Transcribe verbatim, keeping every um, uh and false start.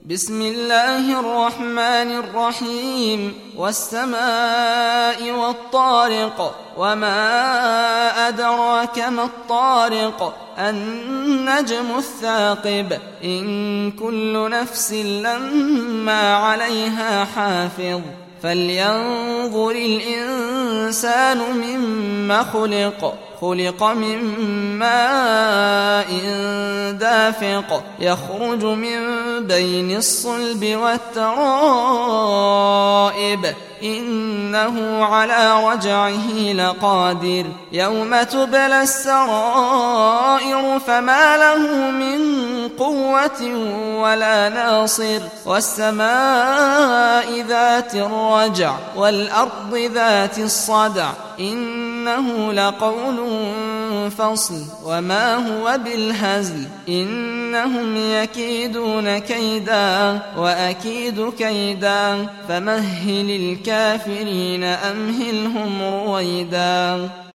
بسم الله الرحمن الرحيم والسماء والطارق وما أدراك ما الطارق النجم الثاقب إن كل نفس لما عليها حافظ فلينظر الإنسان مما خلق خلق من ماء دافق يخرج من بين الصلب والترائب إنه على رجعه لقادر يوم تبلى السرائر فما له من قوة ولا ناصر والسماء ذات الرجع والأرض ذات الصدع إنه لقول فصل وما هو بالهزل إنهم يكيدون كيدا وأكيد كيدا فمهل الكافرين أمهلهم رويدا.